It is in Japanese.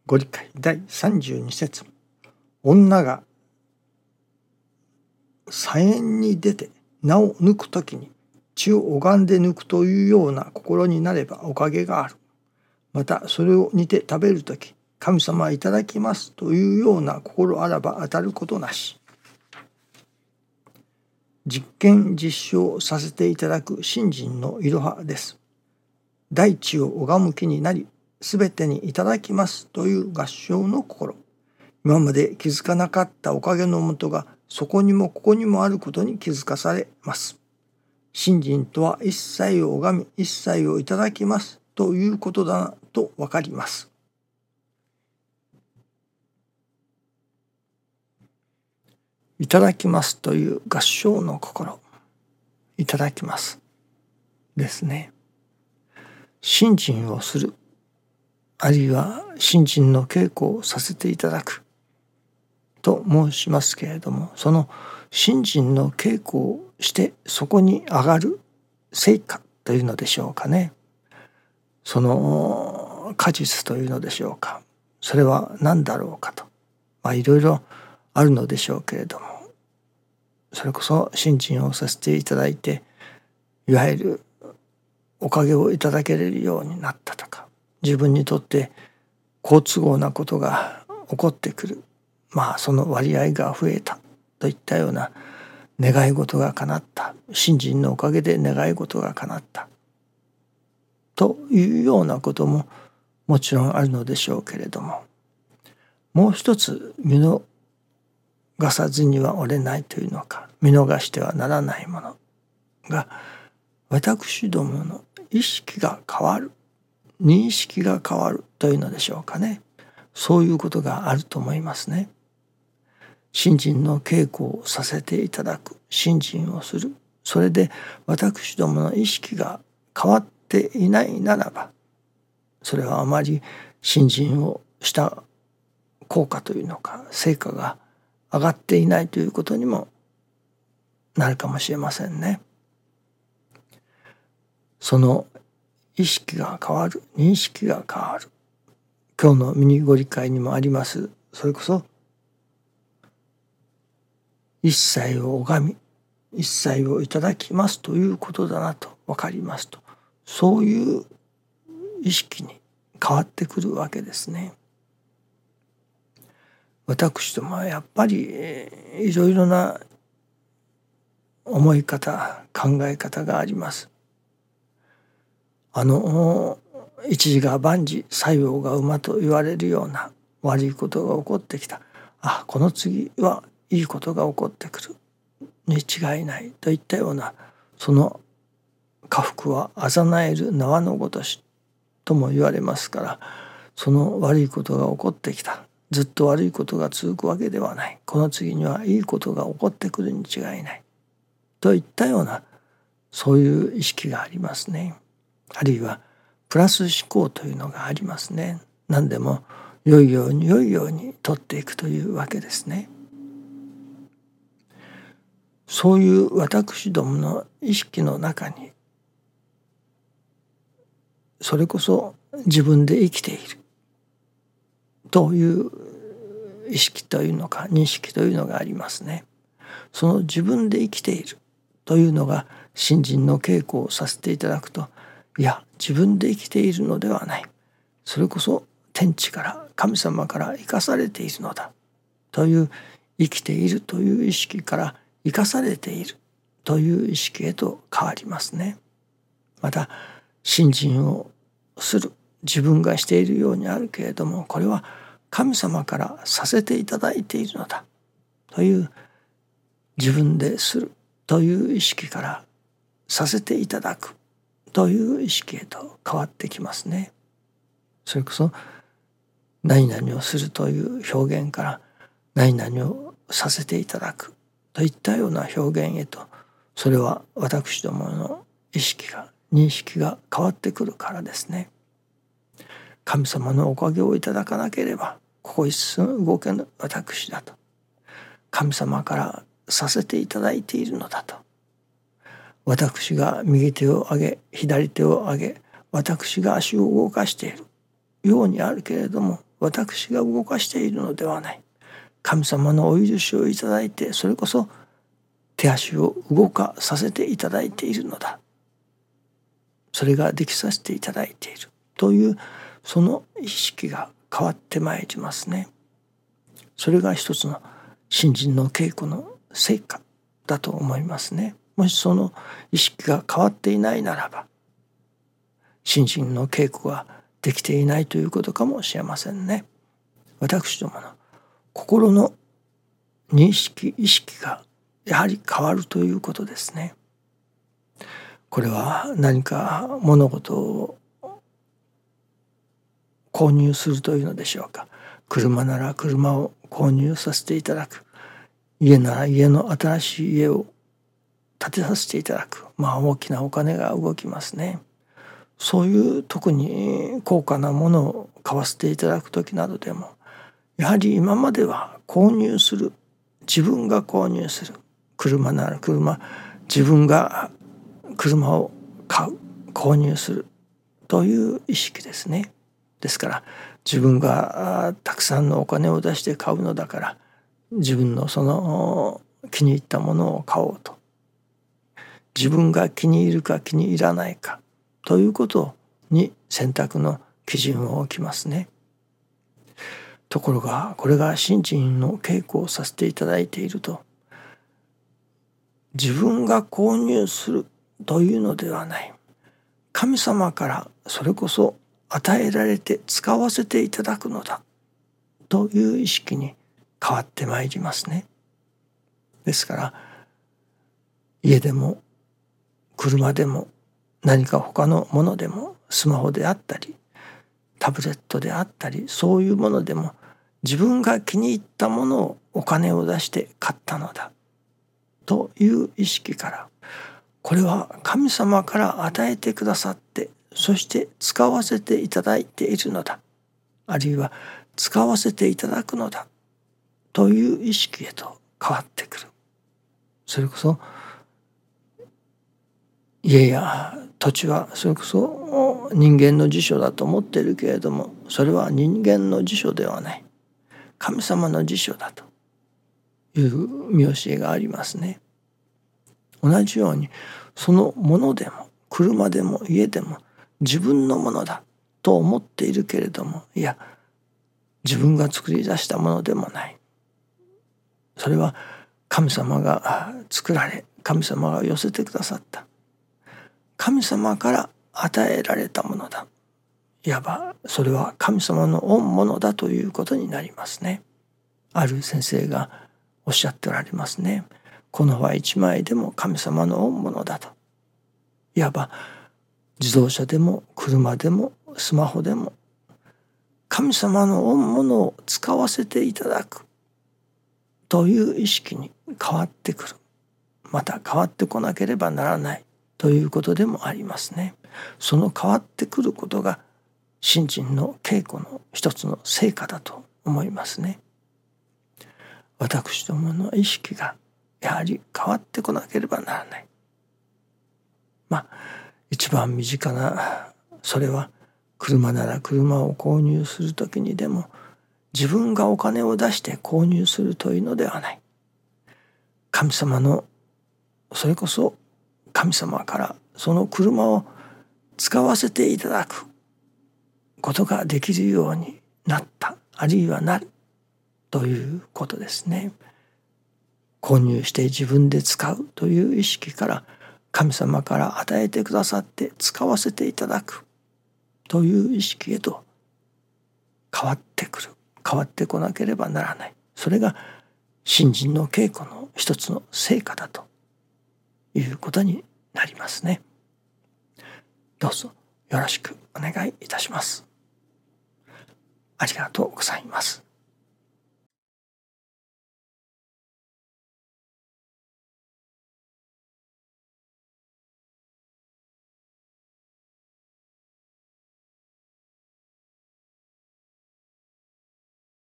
ご理解第32節。女が左縁に出て名を抜くときに血を拝んで抜くというような心になればおかげがある。またそれを煮て食べるとき、神様いただきますというような心あらば当たることなし。実験実証させていただく信心のいろはです。大地を拝む気になり、すべてにいただきますという合唱の心。今まで気づかなかったおかげのもとがそこにもここにもあることに気づかされます。信心とは一切を拝み、一切をいただきますということだなとわかります。いただきますという合唱の心。いただきますですね。信心をする、あるいは信心の稽古をさせていただくと申しますけれども、その信心の稽古をしてそこに上がる成果というのでしょうかね。その果実というのでしょうか。それは何だろうかと、いろいろあるのでしょうけれども、それこそ信心をさせていただいて、いわゆるおかげをいただけれるようになったとか、自分にとって好都合なことが起こってくる、その割合が増えたといったような願い事が叶った、信心のおかげで願い事が叶ったというようなことももちろんあるのでしょうけれども、もう一つ見逃さずにはおれないというのか、見逃してはならないものが、私どもの意識が変わる、認識が変わるというのでしょうかね。そういうことがあると思いますね。信心の稽古をさせていただく、信心をする、それで私どもの意識が変わっていないならば、それはあまり信心をした効果というのか、成果が上がっていないということにもなるかもしれませんね。その意識が変わる、認識が変わる。今日のミニご理解にもあります。それこそ一切を拝み、一切をいただきますということだなと分かりますと、そういう意識に変わってくるわけですね。私どもはやっぱりいろいろな思い方、考え方があります。一時が万事、作用が馬と言われるような悪いことが起こってきた。この次はいいことが起こってくるに違いないといったような、その禍福はあざなえる縄のごとしとも言われますから、その悪いことが起こってきた、ずっと悪いことが続くわけではない、この次にはいいことが起こってくるに違いないといったような、そういう意識がありますね。あるいはプラス思考というのがありますね。何でも良いように良いように取っていくというわけですね。そういう私どもの意識の中に、それこそ自分で生きているという意識というのか認識というのがありますね。その自分で生きているというのが信心の稽古をさせていただくと、いや自分で生きているのではない、それこそ天地から神様から生かされているのだという、生きているという意識から生かされているという意識へと変わりますね。また信心をする、自分がしているようにあるけれども、これは神様からさせていただいているのだという、自分でするという意識からさせていただくという意識へと変わってきますね。それこそ何々をするという表現から何々をさせていただくといったような表現へと、それは私どもの意識が認識が変わってくるからですね。神様のおかげをいただかなければここ一寸動けぬ私だと、神様からさせていただいているのだと、私が右手を上げ左手を上げ私が足を動かしているようにあるけれども、 私が動かしているのではない。神様のお許しをいただいて、それこそ手足を動かさせていただいているのだ。それができさせていただいているという、その意識が変わってまいりますね。それが一つの信心の稽古の成果だと思いますね。もしその意識が変わっていないならば、信心の稽古ができていないということかもしれませんね。私どもの心の認識、意識がやはり変わるということですね。これは何か物事を購入するというのでしょうか。車なら車を購入させていただく。家なら家の新しい家を建てさせていただく。大きなお金が動きますね。そういう特に高価なものを買わせていただく時などでも、やはり今までは購入する、自分が購入する、車なら車、自分が車を買う、購入するという意識ですね。ですから自分がたくさんのお金を出して買うのだから、自分のその気に入ったものを買おうと、自分が気に入るか気に入らないかということに選択の基準を置きますね。ところがこれが信心の稽古をさせていただいていると、自分が購入するというのではない、神様からそれこそ与えられて使わせていただくのだという意識に変わってまいりますね。ですから家でも車でも何か他のものでも、スマホであったりタブレットであったり、そういうものでも自分が気に入ったものをお金を出して買ったのだという意識から、これは神様から与えてくださって、そして使わせていただいているのだ、あるいは使わせていただくのだという意識へと変わってくる。それこそ家や土地はそれこそ人間の辞書だと思っているけれども、それは人間の辞書ではない、神様の辞書だという見教えがありますね。同じようにそのものでも車でも家でも自分のものだと思っているけれども、いや自分が作り出したものでもない、それは神様が作られ、神様が寄せてくださった、神様から与えられたものだ。いわばそれは神様の御物だということになりますね。ある先生がおっしゃっておられますね。この葉一枚でも神様の御物だと。いわば自動車でも車でもスマホでも神様の御物を使わせていただくという意識に変わってくる。また変わってこなければならないということでもありますね。その変わってくることが信心の稽古の一つの成果だと思いますね。私どもの意識がやはり変わってこなければならない。一番身近なそれは、車なら車を購入するときにでも自分がお金を出して購入するというのではない、神様のそれこそ神様からその車を使わせていただくことができるようになった、あるいはなるということですね。購入して自分で使うという意識から、神様から与えてくださって使わせていただくという意識へと変わってくる、変わってこなければならない。それが信心の稽古の一つの成果だということになりますね。どうぞよろしくお願いいたします。ありがとうございます。